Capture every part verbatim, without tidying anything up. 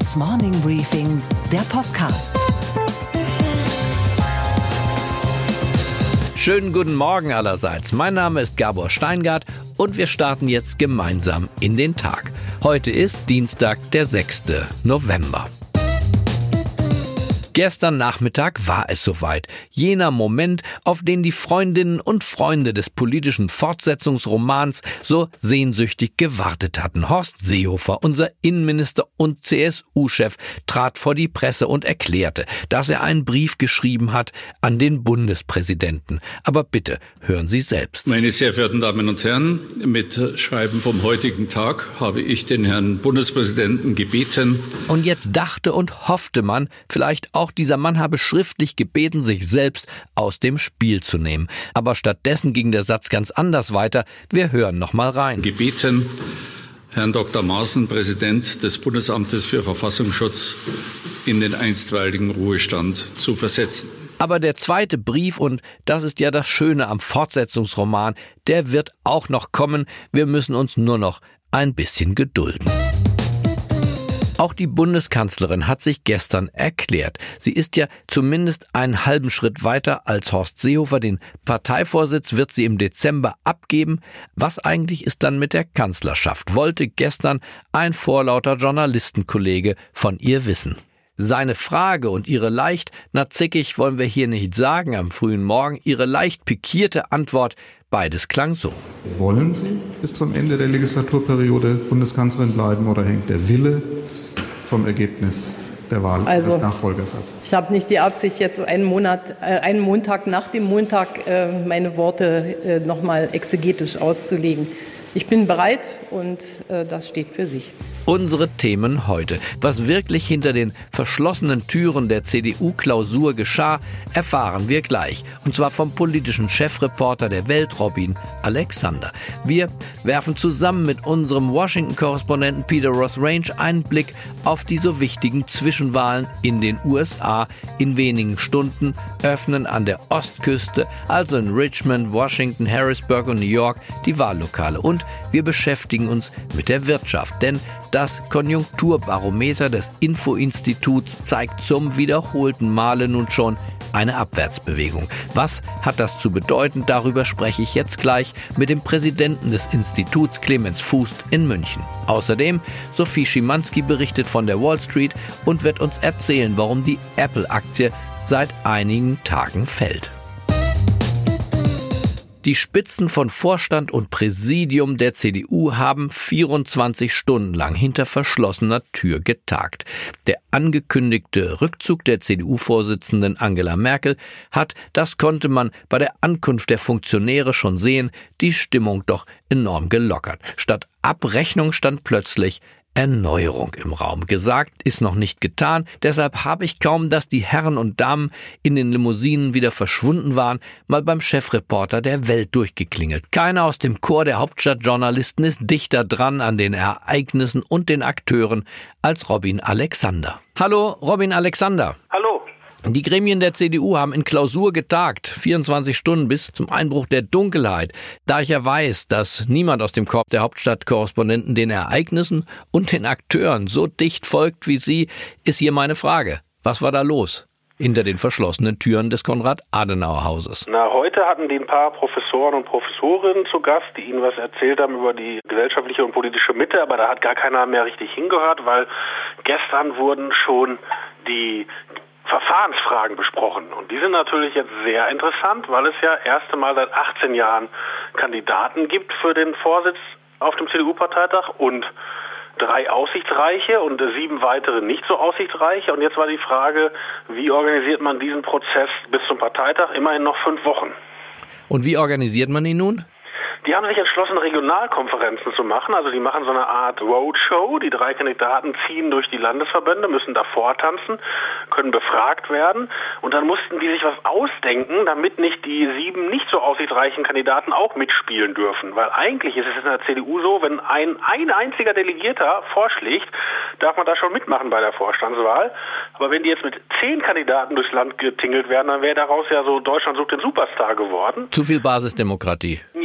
Handelsblatts Morning Briefing, der Podcast. Schönen guten Morgen allerseits. Mein Name ist Gabor Steingart und wir starten jetzt gemeinsam in den Tag. Heute ist Dienstag, der sechste November. Gestern Nachmittag war es soweit. Jener Moment, auf den die Freundinnen und Freunde des politischen Fortsetzungsromans so sehnsüchtig gewartet hatten. Horst Seehofer, unser Innenminister und C S U-Chef, trat vor die Presse und erklärte, dass er einen Brief geschrieben hat an den Bundespräsidenten. Aber bitte, hören Sie selbst. Meine sehr verehrten Damen und Herren, mit Schreiben vom heutigen Tag habe ich den Herrn Bundespräsidenten gebeten. Und jetzt dachte und hoffte man, vielleicht auch Auch dieser Mann habe schriftlich gebeten, sich selbst aus dem Spiel zu nehmen. Aber stattdessen ging der Satz ganz anders weiter. Wir hören noch mal rein. Gebeten, Herrn Doktor Maaßen, Präsident des Bundesamtes für Verfassungsschutz, in den einstweiligen Ruhestand zu versetzen. Aber der zweite Brief, und das ist ja das Schöne am Fortsetzungsroman, der wird auch noch kommen. Wir müssen uns nur noch ein bisschen gedulden. Auch die Bundeskanzlerin hat sich gestern erklärt. Sie ist ja zumindest einen halben Schritt weiter als Horst Seehofer. Den Parteivorsitz wird sie im Dezember abgeben. Was eigentlich ist dann mit der Kanzlerschaft? Wollte gestern ein vorlauter Journalistenkollege von ihr wissen. Seine Frage und ihre leicht, na zickig wollen wir hier nicht sagen am frühen Morgen, ihre leicht pikierte Antwort, beides klang so. Wollen Sie bis zum Ende der Legislaturperiode Bundeskanzlerin bleiben oder hängt der Wille vom Ergebnis der Wahl also, des Nachfolgers ab? Ich habe nicht die Absicht, jetzt einen Monat, äh, einen Montag nach dem Montag äh, meine Worte äh, nochmal exegetisch auszulegen. Ich bin bereit und äh, das steht für sich. Unsere Themen heute. Was wirklich hinter den verschlossenen Türen der C D U-Klausur geschah, erfahren wir gleich. Und zwar vom politischen Chefreporter der Welt, Robin Alexander. Wir werfen zusammen mit unserem Washington-Korrespondenten Peter Ross Range einen Blick auf die so wichtigen Zwischenwahlen in den U S A. In wenigen Stunden öffnen an der Ostküste, also in Richmond, Washington, Harrisburg und New York, die Wahllokale. Und wir beschäftigen uns mit der Wirtschaft, denn das Konjunkturbarometer des Info-Instituts zeigt zum wiederholten Male nun schon eine Abwärtsbewegung. Was hat das zu bedeuten? Darüber spreche ich jetzt gleich mit dem Präsidenten des Instituts, Clemens Fußt, in München. Außerdem Sophie Schimanski berichtet von der Wall Street und wird uns erzählen, warum die Apple-Aktie seit einigen Tagen fällt. Die Spitzen von Vorstand und Präsidium der C D U haben vierundzwanzig Stunden lang hinter verschlossener Tür getagt. Der angekündigte Rückzug der C D U-Vorsitzenden Angela Merkel hat, das konnte man bei der Ankunft der Funktionäre schon sehen, die Stimmung doch enorm gelockert. Statt Abrechnung stand plötzlich Erneuerung im Raum. Gesagt ist noch nicht getan, deshalb habe ich kaum, dass die Herren und Damen in den Limousinen wieder verschwunden waren, mal beim Chefreporter der Welt durchgeklingelt. Keiner aus dem Chor der Hauptstadtjournalisten ist dichter dran an den Ereignissen und den Akteuren als Robin Alexander. Hallo, Robin Alexander. Hallo. Die Gremien der C D U haben in Klausur getagt, vierundzwanzig Stunden bis zum Einbruch der Dunkelheit. Da ich ja weiß, dass niemand aus dem Korb der Hauptstadtkorrespondenten den Ereignissen und den Akteuren so dicht folgt wie Sie, ist hier meine Frage. Was war da los hinter den verschlossenen Türen des Konrad-Adenauer-Hauses? Na, heute hatten die ein paar Professoren und Professorinnen zu Gast, die ihnen was erzählt haben über die gesellschaftliche und politische Mitte, aber da hat gar keiner mehr richtig hingehört, weil gestern wurden schon die Verfahrensfragen besprochen. Und die sind natürlich jetzt sehr interessant, weil es ja erste Mal seit achtzehn Jahren Kandidaten gibt für den Vorsitz auf dem C D U-Parteitag und drei aussichtsreiche und sieben weitere nicht so aussichtsreiche. Und jetzt war die Frage, wie organisiert man diesen Prozess bis zum Parteitag? Immerhin noch fünf Wochen. Und wie organisiert man ihn nun? Die haben sich entschlossen, Regionalkonferenzen zu machen. Also die machen so eine Art Roadshow. Die drei Kandidaten ziehen durch die Landesverbände, müssen da vortanzen, können befragt werden. Und dann mussten die sich was ausdenken, damit nicht die sieben nicht so aussichtsreichen Kandidaten auch mitspielen dürfen. Weil eigentlich ist es in der C D U so, wenn ein, ein einziger Delegierter vorschlägt, darf man da schon mitmachen bei der Vorstandswahl. Aber wenn die jetzt mit zehn Kandidaten durchs Land getingelt werden, dann wäre daraus ja so Deutschland sucht den Superstar geworden. Zu viel Basisdemokratie. Ja, so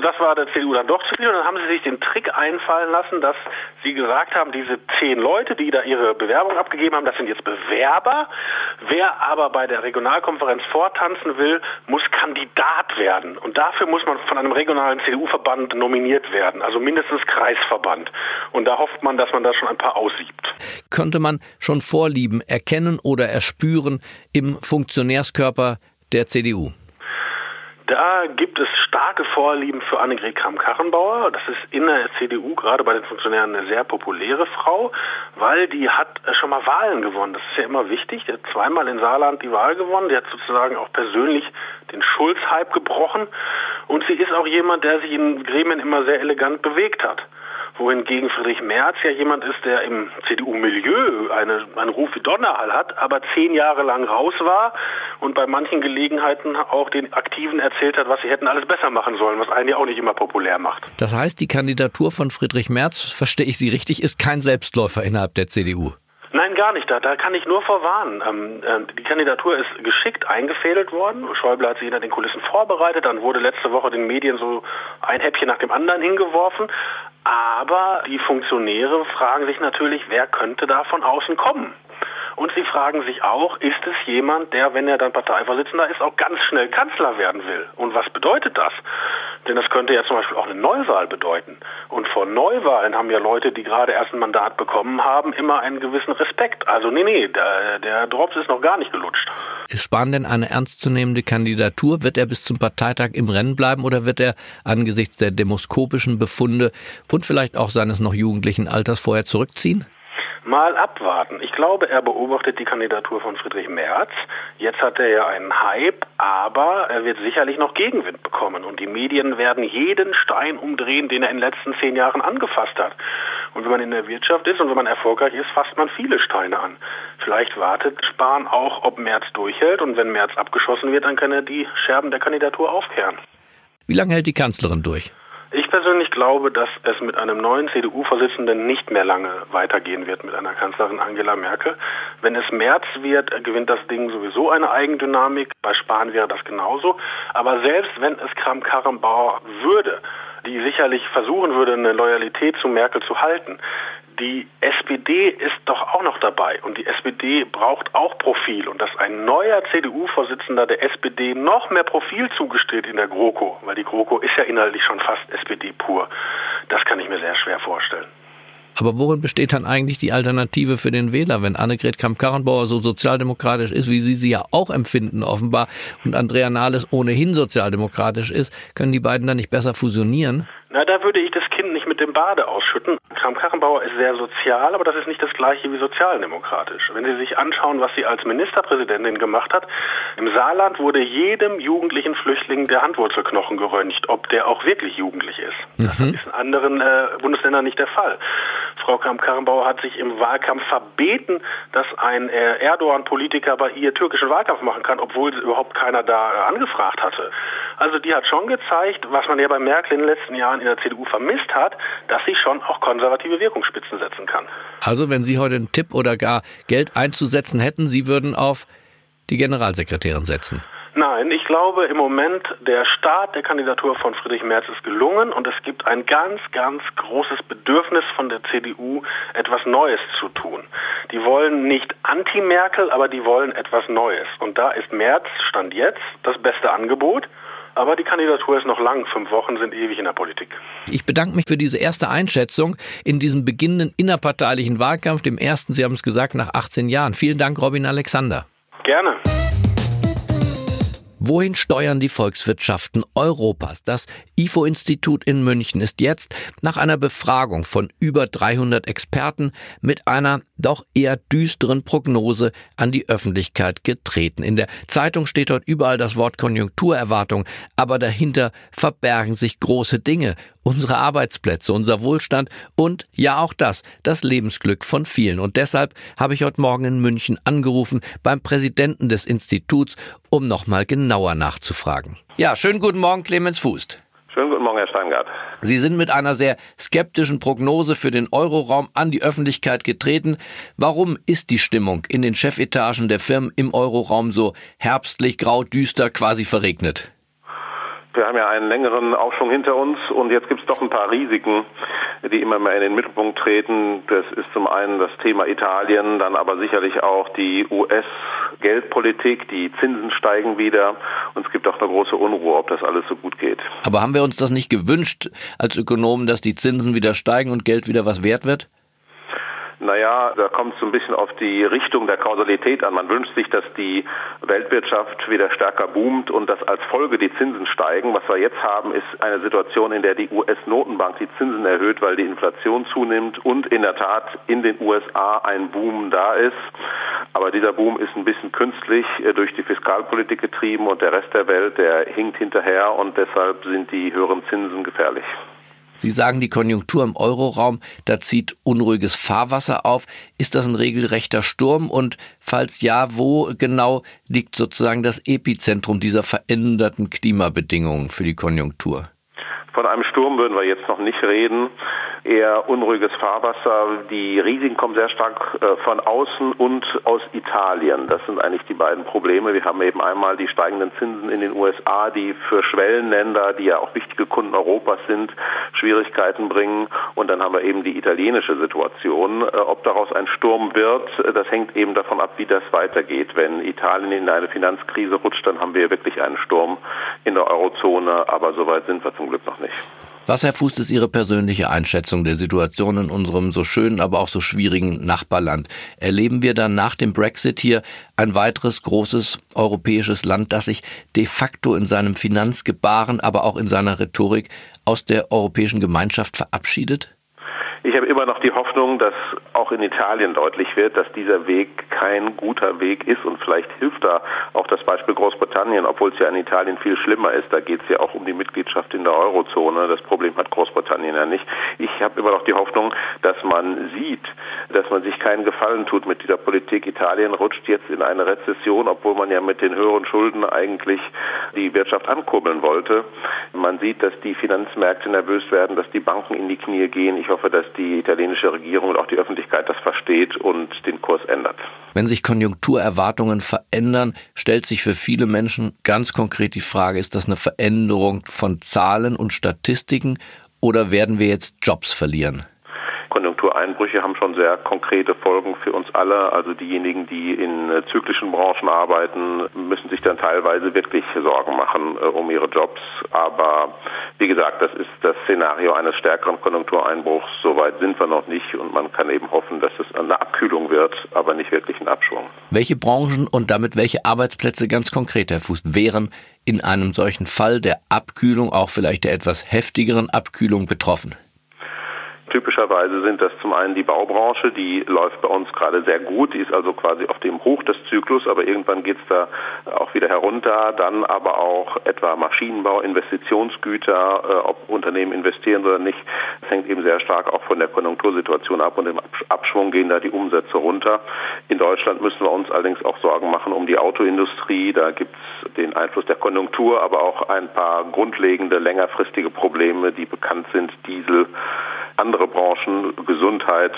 das war der C D U dann doch zu viel. Und dann haben sie sich den Trick einfallen lassen, dass sie gesagt haben, diese zehn Leute, die da ihre Bewerbung abgegeben haben, das sind jetzt Bewerber. Wer aber bei der Regionalkonferenz vortanzen will, muss Kandidat werden. Und dafür muss man von einem regionalen C D U-Verband nominiert werden, also mindestens Kreisverband. Und da hofft man, dass man da schon ein paar aussiebt. Könnte man schon Vorlieben erkennen oder erspüren im Funktionärskörper der C D U? Da gibt es starke Vorlieben für Annegret Kramp-Karrenbauer. Das ist in der C D U, gerade bei den Funktionären, eine sehr populäre Frau, weil die hat schon mal Wahlen gewonnen. Das ist ja immer wichtig. Die hat zweimal in Saarland die Wahl gewonnen. Die hat sozusagen auch persönlich den Schulz-Hype gebrochen. Und sie ist auch jemand, der sich in Gremien immer sehr elegant bewegt hat. Wohingegen Friedrich Merz ja jemand ist, der im C D U-Milieu eine, einen Ruf wie Donnerhall hat, aber zehn Jahre lang raus war und bei manchen Gelegenheiten auch den Aktiven erzählt hat, was sie hätten alles besser machen sollen, was einen ja auch nicht immer populär macht. Das heißt, die Kandidatur von Friedrich Merz, verstehe ich Sie richtig, ist kein Selbstläufer innerhalb der C D U? Nein, gar nicht. Da, da kann ich nur vorwarnen. Ähm, äh, die Kandidatur ist geschickt eingefädelt worden. Schäuble hat sie hinter den Kulissen vorbereitet. Dann wurde letzte Woche den Medien so ein Häppchen nach dem anderen hingeworfen. Aber die Funktionäre fragen sich natürlich, wer könnte da von außen kommen? Und sie fragen sich auch, ist es jemand, der, wenn er dann Parteivorsitzender ist, auch ganz schnell Kanzler werden will? Und was bedeutet das? Denn das könnte ja zum Beispiel auch eine Neuwahl bedeuten. Und vor Neuwahlen haben ja Leute, die gerade erst ein Mandat bekommen haben, immer einen gewissen Respekt. Also nee, nee, der, der Drops ist noch gar nicht gelutscht. Ist Spahn denn eine ernstzunehmende Kandidatur? Wird er bis zum Parteitag im Rennen bleiben oder wird er angesichts der demoskopischen Befunde und vielleicht auch seines noch jugendlichen Alters vorher zurückziehen? Mal abwarten. Ich glaube, er beobachtet die Kandidatur von Friedrich Merz. Jetzt hat er ja einen Hype, aber er wird sicherlich noch Gegenwind bekommen. Und die Medien werden jeden Stein umdrehen, den er in den letzten zehn Jahren angefasst hat. Und wenn man in der Wirtschaft ist und wenn man erfolgreich ist, fasst man viele Steine an. Vielleicht wartet Spahn auch, ob Merz durchhält. Und wenn Merz abgeschossen wird, dann kann er die Scherben der Kandidatur aufkehren. Wie lange hält die Kanzlerin durch? Ich persönlich glaube, dass es mit einem neuen C D U-Vorsitzenden nicht mehr lange weitergehen wird mit einer Kanzlerin Angela Merkel. Wenn es Merz wird, gewinnt das Ding sowieso eine Eigendynamik. Bei Spahn wäre das genauso. Aber selbst wenn es Kramp-Karrenbauer würde, die sicherlich versuchen würde, eine Loyalität zu Merkel zu halten, die S P D ist doch auch noch dabei und die S P D braucht auch Profil und dass ein neuer C D U-Vorsitzender der S P D noch mehr Profil zugesteht in der GroKo, weil die GroKo ist ja inhaltlich schon fast S P D pur, das kann ich mir sehr schwer vorstellen. Aber worin besteht dann eigentlich die Alternative für den Wähler, wenn Annegret Kramp-Karrenbauer so sozialdemokratisch ist, wie Sie sie ja auch empfinden offenbar, und Andrea Nahles ohnehin sozialdemokratisch ist, können die beiden dann nicht besser fusionieren? Na, da würde ich das Kind nicht mit dem Bade ausschütten. Kramp-Karrenbauer ist sehr sozial, aber das ist nicht das Gleiche wie sozialdemokratisch. Wenn Sie sich anschauen, was sie als Ministerpräsidentin gemacht hat, im Saarland wurde jedem jugendlichen Flüchtling der Handwurzelknochen geröntgt, ob der auch wirklich jugendlich ist. Das mhm. ist in anderen äh, Bundesländern nicht der Fall. Frau Kramp-Karrenbauer hat sich im Wahlkampf verbeten, dass ein äh, Erdogan-Politiker bei ihr türkischen Wahlkampf machen kann, obwohl überhaupt keiner da äh, angefragt hatte. Also die hat schon gezeigt, was man ja bei Merkel in den letzten Jahren in der C D U vermisst hat, dass sie schon auch konservative Wirkungsspitzen setzen kann. Also wenn Sie heute einen Tipp oder gar Geld einzusetzen hätten, Sie würden auf die Generalsekretärin setzen? Nein, ich glaube im Moment, der Start der Kandidatur von Friedrich Merz ist gelungen und es gibt ein ganz, ganz großes Bedürfnis von der C D U, etwas Neues zu tun. Die wollen nicht Anti-Merkel, aber die wollen etwas Neues. Und da ist Merz, Stand jetzt, das beste Angebot. Aber die Kandidatur ist noch lang. Fünf Wochen sind ewig in der Politik. Ich bedanke mich für diese erste Einschätzung in diesem beginnenden innerparteilichen Wahlkampf, dem ersten, Sie haben es gesagt, nach achtzehn Jahren. Vielen Dank, Robin Alexander. Gerne. Wohin steuern die Volkswirtschaften Europas? Das I F O-Institut in München ist jetzt nach einer Befragung von über dreihundert Experten mit einer doch eher düsteren Prognose an die Öffentlichkeit getreten. In der Zeitung steht dort überall das Wort Konjunkturerwartung, aber dahinter verbergen sich große Dinge. Unsere Arbeitsplätze, unser Wohlstand und ja auch das, das Lebensglück von vielen. Und deshalb habe ich heute Morgen in München angerufen beim Präsidenten des Instituts, um nochmal genauer nachzufragen. Ja, schönen guten Morgen, Clemens Fußt. Schönen guten Morgen, Herr Steingart. Sie sind mit einer sehr skeptischen Prognose für den Euroraum an die Öffentlichkeit getreten. Warum ist die Stimmung in den Chefetagen der Firmen im Euroraum so herbstlich, grau, düster, quasi verregnet? Wir haben ja einen längeren Aufschwung hinter uns und jetzt gibt es doch ein paar Risiken, die immer mehr in den Mittelpunkt treten. Das ist zum einen das Thema Italien, dann aber sicherlich auch die U S-Geldpolitik, die Zinsen steigen wieder und es gibt auch eine große Unruhe, ob das alles so gut geht. Aber haben wir uns das nicht gewünscht als Ökonomen, dass die Zinsen wieder steigen und Geld wieder was wert wird? Naja, da kommt es so ein bisschen auf die Richtung der Kausalität an. Man wünscht sich, dass die Weltwirtschaft wieder stärker boomt und dass als Folge die Zinsen steigen. Was wir jetzt haben, ist eine Situation, in der die U S-Notenbank die Zinsen erhöht, weil die Inflation zunimmt und in der Tat in den U S A ein Boom da ist. Aber dieser Boom ist ein bisschen künstlich durch die Fiskalpolitik getrieben und der Rest der Welt, der hinkt hinterher und deshalb sind die höheren Zinsen gefährlich. Sie sagen, die Konjunktur im Euroraum, da zieht unruhiges Fahrwasser auf. Ist das ein regelrechter Sturm? Und falls ja, wo genau liegt sozusagen das Epizentrum dieser veränderten Klimabedingungen für die Konjunktur? Von einem Sturm würden wir jetzt noch nicht reden. Eher unruhiges Fahrwasser. Die Risiken kommen sehr stark äh, von außen und aus Italien. Das sind eigentlich die beiden Probleme. Wir haben eben einmal die steigenden Zinsen in den U S A, die für Schwellenländer, die ja auch wichtige Kunden Europas sind, Schwierigkeiten bringen. Und dann haben wir eben die italienische Situation. Äh, ob daraus ein Sturm wird, äh, das hängt eben davon ab, wie das weitergeht. Wenn Italien in eine Finanzkrise rutscht, dann haben wir wirklich einen Sturm in der Eurozone. Aber so weit sind wir zum Glück noch nicht. Was, Herr Fuß, ist Ihre persönliche Einschätzung der Situation in unserem so schönen, aber auch so schwierigen Nachbarland? Erleben wir dann nach dem Brexit hier ein weiteres großes europäisches Land, das sich de facto in seinem Finanzgebaren, aber auch in seiner Rhetorik aus der europäischen Gemeinschaft verabschiedet? Ich habe immer noch die Hoffnung, dass auch in Italien deutlich wird, dass dieser Weg kein guter Weg ist und vielleicht hilft da auch das Beispiel Großbritannien, obwohl es ja in Italien viel schlimmer ist. Da geht es ja auch um die Mitgliedschaft in der Eurozone. Das Problem hat Großbritannien ja nicht. Ich habe immer noch die Hoffnung, dass man sieht, dass man sich keinen Gefallen tut mit dieser Politik. Italien rutscht jetzt in eine Rezession, obwohl man ja mit den höheren Schulden eigentlich die Wirtschaft ankurbeln wollte. Man sieht, dass die Finanzmärkte nervös werden, dass die Banken in die Knie gehen. Ich hoffe, dass die italienische Regierung und auch die Öffentlichkeit das versteht und den Kurs ändert. Wenn sich Konjunkturerwartungen verändern, stellt sich für viele Menschen ganz konkret die Frage, ist das eine Veränderung von Zahlen und Statistiken oder werden wir jetzt Jobs verlieren? Konjunktureinbrüche haben schon sehr konkrete Folgen für uns alle. Also diejenigen, die in äh, zyklischen Branchen arbeiten, müssen sich dann teilweise wirklich Sorgen machen äh, um ihre Jobs. Aber wie gesagt, das ist das Szenario eines stärkeren Konjunktureinbruchs. Soweit sind wir noch nicht und man kann eben hoffen, dass es eine Abkühlung wird, aber nicht wirklich ein Abschwung. Welche Branchen und damit welche Arbeitsplätze ganz konkret, Herr Fuß, wären in einem solchen Fall der Abkühlung, auch vielleicht der etwas heftigeren Abkühlung betroffen? Typischerweise sind das zum einen die Baubranche, die läuft bei uns gerade sehr gut, die ist also quasi auf dem Hoch des Zyklus, aber irgendwann geht es da auch wieder herunter. Dann aber auch etwa Maschinenbau, Investitionsgüter, äh, ob Unternehmen investieren oder nicht, das hängt eben sehr stark auch von der Konjunktursituation ab und im Abschwung gehen da die Umsätze runter. In Deutschland müssen wir uns allerdings auch Sorgen machen um die Autoindustrie, da gibt es den Einfluss der Konjunktur, aber auch ein paar grundlegende, längerfristige Probleme, die bekannt sind, Diesel. Andere Branchen, Gesundheit,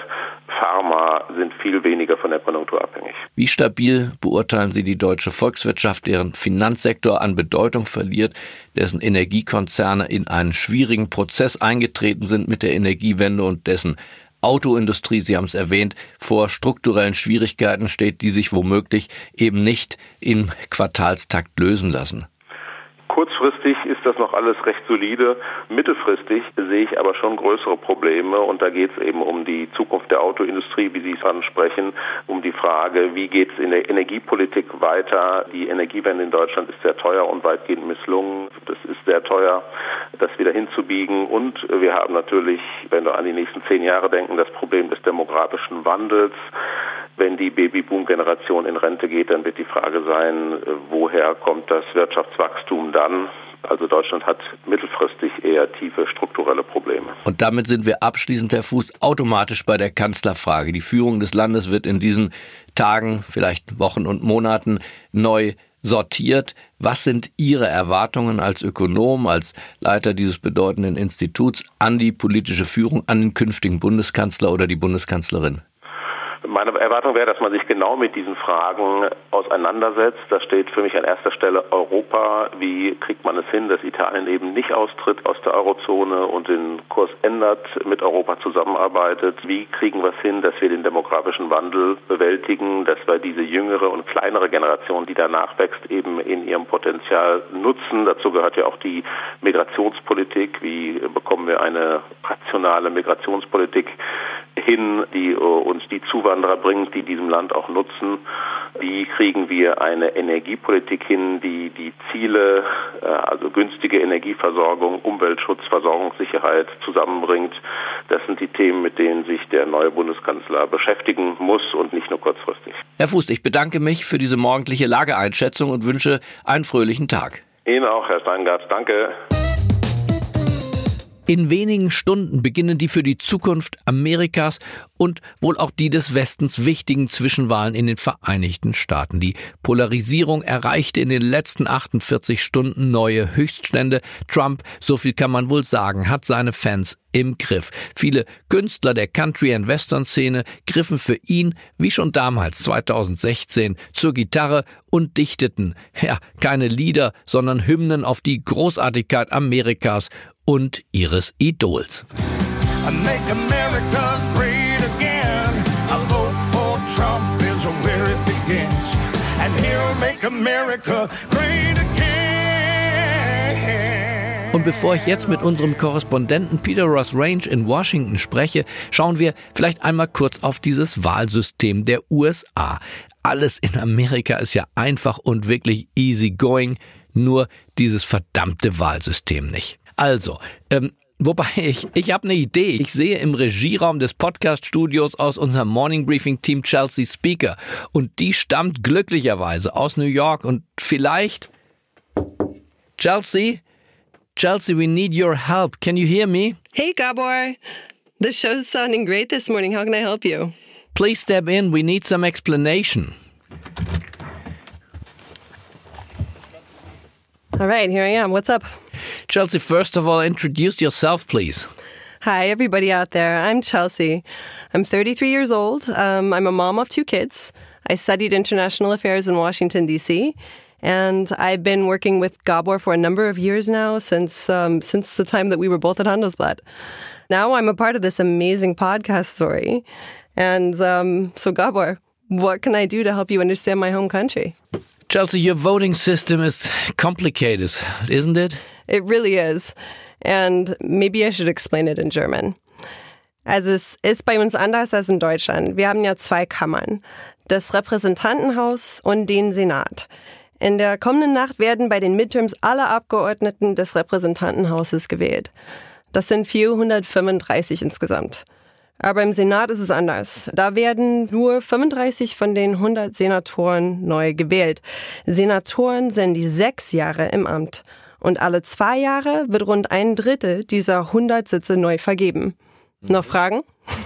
Pharma sind viel weniger von der Konjunktur abhängig. Wie stabil beurteilen Sie die deutsche Volkswirtschaft, deren Finanzsektor an Bedeutung verliert, dessen Energiekonzerne in einen schwierigen Prozess eingetreten sind mit der Energiewende und dessen Autoindustrie, Sie haben es erwähnt, vor strukturellen Schwierigkeiten steht, die sich womöglich eben nicht im Quartalstakt lösen lassen? Kurzfristig ist das noch alles recht solide. Mittelfristig sehe ich aber schon größere Probleme und da geht es eben um die Zukunft der Autoindustrie, wie Sie es ansprechen, um die Frage, wie geht es in der Energiepolitik weiter. Die Energiewende in Deutschland ist sehr teuer und weitgehend misslungen. Das ist sehr teuer, das wieder hinzubiegen und wir haben natürlich, wenn wir an die nächsten zehn Jahre denken, das Problem des demografischen Wandels. Wenn die Babyboom-Generation in Rente geht, dann wird die Frage sein, woher kommt das Wirtschaftswachstum dann? Also Deutschland hat mittelfristig eher tiefe strukturelle Probleme. Und damit sind wir abschließend, Herr Fuß, automatisch bei der Kanzlerfrage. Die Führung des Landes wird in diesen Tagen, vielleicht Wochen und Monaten neu sortiert. Was sind Ihre Erwartungen als Ökonom, als Leiter dieses bedeutenden Instituts an die politische Führung, an den künftigen Bundeskanzler oder die Bundeskanzlerin? Meine Erwartung wäre, dass man sich genau mit diesen Fragen auseinandersetzt. Da steht für mich an erster Stelle Europa. Wie kriegt man es hin, dass Italien eben nicht austritt aus der Eurozone und den Kurs ändert, mit Europa zusammenarbeitet? Wie kriegen wir es hin, dass wir den demografischen Wandel bewältigen, dass wir diese jüngere und kleinere Generation, die danach wächst, eben in ihrem Potenzial nutzen? Dazu gehört ja auch die Migrationspolitik. Wie bekommen wir eine rationale Migrationspolitik hin, die uns die Zuwanderer bringt, die diesem Land auch nutzen? Wie kriegen wir eine Energiepolitik hin, die die Ziele, also günstige Energieversorgung, Umweltschutz, Versorgungssicherheit zusammenbringt? Das sind die Themen, mit denen sich der neue Bundeskanzler beschäftigen muss und nicht nur kurzfristig. Herr Fuß, ich bedanke mich für diese morgendliche Lageeinschätzung und wünsche einen fröhlichen Tag. Ihnen auch, Herr Steingart. Danke. In wenigen Stunden beginnen die für die Zukunft Amerikas und wohl auch die des Westens wichtigen Zwischenwahlen in den Vereinigten Staaten. Die Polarisierung erreichte in den letzten achtundvierzig Stunden neue Höchststände. Trump, so viel kann man wohl sagen, hat seine Fans im Griff. Viele Künstler der Country- und Western-Szene griffen für ihn, wie schon damals zweitausendsechzehn, zur Gitarre und dichteten, ja, keine Lieder, sondern Hymnen auf die Großartigkeit Amerikas und ihres Idols. Make America great again. A vote for Trump is where it begins. And he'll make America great again. Und bevor ich jetzt mit unserem Korrespondenten Peter Ross Range in Washington spreche, schauen wir vielleicht einmal kurz auf dieses Wahlsystem der U S A. Alles in Amerika ist ja einfach und wirklich easy going, nur dieses verdammte Wahlsystem nicht. Also, ähm, wobei ich, ich habe eine Idee. Ich sehe im Regieraum des Podcast-Studios aus unserem Morning Briefing-Team Chelsea Speaker. Und die stammt glücklicherweise aus New York. Und vielleicht... Chelsea? Chelsea, we need your help. Can you hear me? Hey, Gabor. The show's sounding great this morning. How can I help you? Please step in. We need some explanation. All right, here I am. What's up? Chelsea, first of all, introduce yourself, please. Hi, everybody out there. I'm Chelsea. I'm thirty-three years old. Um, I'm a mom of two kids. I studied international affairs in Washington, D C, and I've been working with Gabor for a number of years now, since um, since the time that we were both at Handelsblatt. Now I'm a part of this amazing podcast story. And um, so, Gabor, what can I do to help you understand my home country? Chelsea, your voting system is complicated, isn't it? It really is. And maybe I should explain it in German. Also es ist bei uns anders als in Deutschland. Wir haben ja zwei Kammern, das Repräsentantenhaus und den Senat. In der kommenden Nacht werden bei den Midterms alle Abgeordneten des Repräsentantenhauses gewählt. Das sind vierhundertfünfunddreißig insgesamt. Aber im Senat ist es anders. Da werden nur fünfunddreißig von den hundert Senatoren neu gewählt. Senatoren sind die sechs Jahre im Amt. Und alle zwei Jahre wird rund ein Drittel dieser hundert Sitze neu vergeben. Noch Fragen?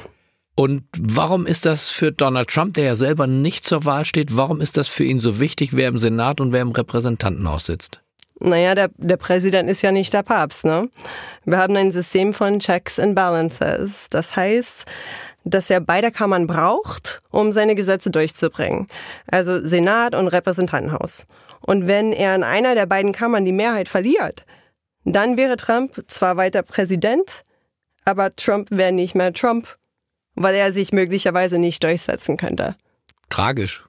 Und warum ist das für Donald Trump, der ja selber nicht zur Wahl steht, warum ist das für ihn so wichtig, wer im Senat und wer im Repräsentantenhaus sitzt? Naja, der, der Präsident ist ja nicht der Papst, ne? Wir haben ein System von Checks and Balances. Das heißt, dass er beide Kammern braucht, um seine Gesetze durchzubringen. Also Senat und Repräsentantenhaus. Und wenn er in einer der beiden Kammern die Mehrheit verliert, dann wäre Trump zwar weiter Präsident, aber Trump wäre nicht mehr Trump, weil er sich möglicherweise nicht durchsetzen könnte. Tragisch.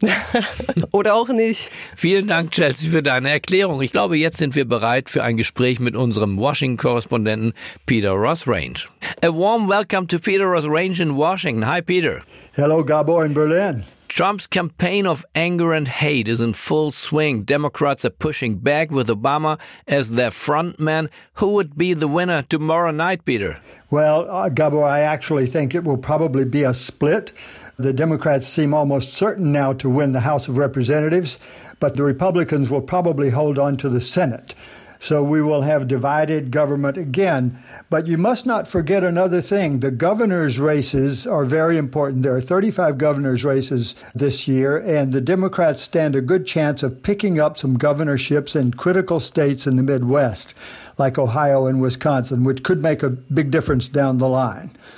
Oder auch nicht. Vielen Dank, Chelsea, für deine Erklärung. Ich glaube, jetzt sind wir bereit für ein Gespräch mit unserem Washington-Korrespondenten Peter Ross Range. A warm welcome to Peter Ross Range in Washington. Hi, Peter. Hello, Gabor in Berlin. Trump's campaign of anger and hate is in full swing. Democrats are pushing back with Obama as their frontman. Who would be the winner tomorrow night, Peter? Well, uh, Gabor, I actually think it will probably be a split. The Democrats seem almost certain now to win the House of Representatives, but the Republicans will probably hold on to the Senate. So we will have divided government again. But you must not forget another thing. The governor's races are very important. There are thirty-five governor's races this year, and the Democrats stand a good chance of picking up some governorships in critical states in the Midwest, like Ohio and Wisconsin, which could make a big difference down the line.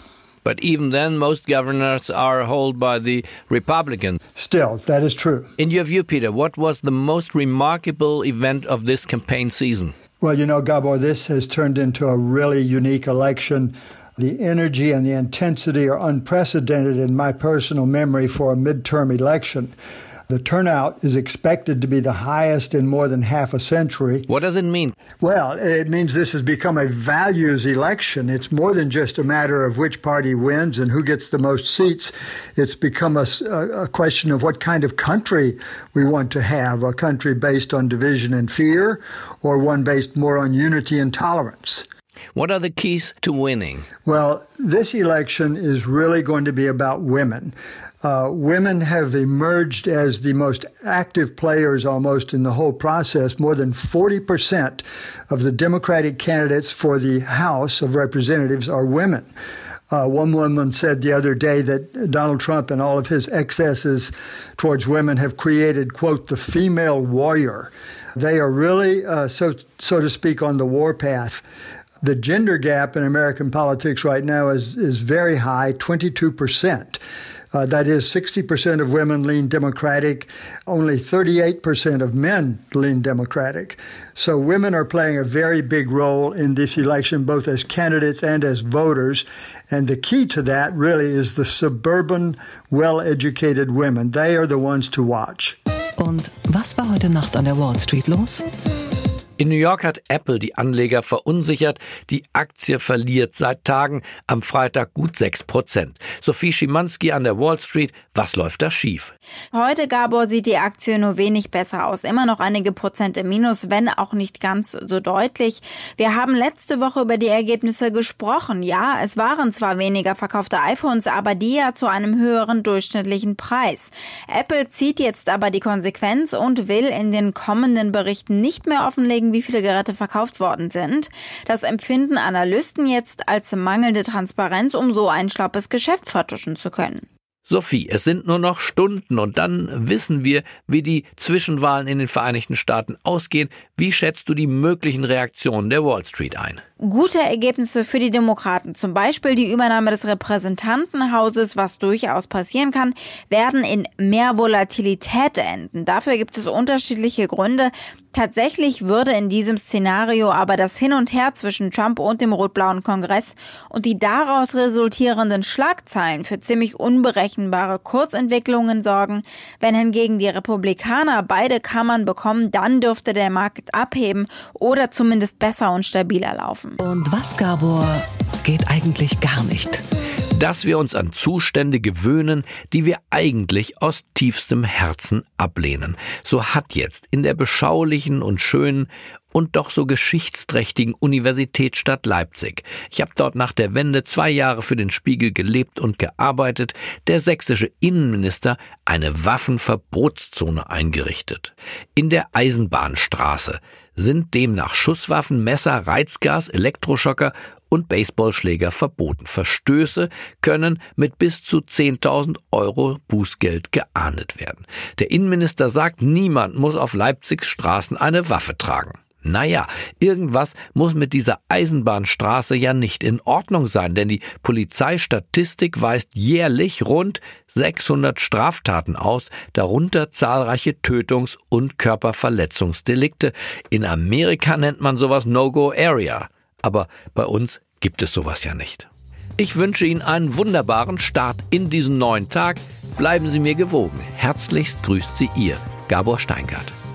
But even then, most governors are held by the Republicans. Still, that is true. In your view, Peter, what was the most remarkable event of this campaign season? Well, you know, Gabor, this has turned into a really unique election. The energy and the intensity are unprecedented in my personal memory for a midterm election. The turnout is expected to be the highest in more than half a century. What does it mean? Well, it means this has become a values election. It's more than just a matter of which party wins and who gets the most seats. It's become a, a question of what kind of country we want to have, a country based on division and fear, or one based more on unity and tolerance. What are the keys to winning? Well, this election is really going to be about women. Uh, women have emerged as the most active players almost in the whole process. More than forty percent of the Democratic candidates for the House of Representatives are women. Uh, one woman said the other day that Donald Trump and all of his excesses towards women have created, quote, the female warrior. They are really, uh, so, so to speak, on the warpath. The gender gap in American politics right now is, is very high, twenty-two percent. Uh, that is, sixty percent of women lean Democratic, only thirty-eight percent of men lean Democratic. So women are playing a very big role in this election, both as candidates and as voters. And the key to that really is the suburban, well-educated women. They are the ones to watch. Und was war heute Nacht an der Wall Street los? In New York hat Apple die Anleger verunsichert. Die Aktie verliert seit Tagen, am Freitag gut sechs Prozent. Sophie Schimanski an der Wall Street, was läuft da schief? Heute, Gabor, sieht die Aktie nur wenig besser aus. Immer noch einige Prozent im Minus, wenn auch nicht ganz so deutlich. Wir haben letzte Woche über die Ergebnisse gesprochen. Ja, es waren zwar weniger verkaufte iPhones, aber die ja zu einem höheren durchschnittlichen Preis. Apple zieht jetzt aber die Konsequenz und will in den kommenden Berichten nicht mehr offenlegen, wie viele Geräte verkauft worden sind. Das empfinden Analysten jetzt als mangelnde Transparenz, um so ein schlappes Geschäft vertuschen zu können. Sophie, es sind nur noch Stunden und dann wissen wir, wie die Zwischenwahlen in den Vereinigten Staaten ausgehen. Wie schätzt du die möglichen Reaktionen der Wall Street ein? Gute Ergebnisse für die Demokraten, zum Beispiel die Übernahme des Repräsentantenhauses, was durchaus passieren kann, werden in mehr Volatilität enden. Dafür gibt es unterschiedliche Gründe. Tatsächlich würde in diesem Szenario aber das Hin und Her zwischen Trump und dem rot-blauen Kongress und die daraus resultierenden Schlagzeilen für ziemlich unberechenbare Kursentwicklungen sorgen. Wenn hingegen die Republikaner beide Kammern bekommen, dann dürfte der Markt abheben oder zumindest besser und stabiler laufen. Und was, Gabor, geht eigentlich gar nicht? Dass wir uns an Zustände gewöhnen, die wir eigentlich aus tiefstem Herzen ablehnen. So hat jetzt in der beschaulichen und schönen und doch so geschichtsträchtigen Universitätsstadt Leipzig, ich habe dort nach der Wende zwei Jahre für den Spiegel gelebt und gearbeitet, der sächsische Innenminister eine Waffenverbotszone eingerichtet. In der Eisenbahnstraße sind demnach Schusswaffen, Messer, Reizgas, Elektroschocker und Baseballschläger verboten. Verstöße können mit bis zu zehntausend Euro Bußgeld geahndet werden. Der Innenminister sagt, niemand muss auf Leipzigs Straßen eine Waffe tragen. Naja, irgendwas muss mit dieser Eisenbahnstraße ja nicht in Ordnung sein, denn die Polizeistatistik weist jährlich rund sechshundert Straftaten aus, darunter zahlreiche Tötungs- und Körperverletzungsdelikte. In Amerika nennt man sowas No-Go-Area, aber bei uns gibt es sowas ja nicht. Ich wünsche Ihnen einen wunderbaren Start in diesen neuen Tag. Bleiben Sie mir gewogen. Herzlichst grüßt Sie Ihr Gabor Steingart.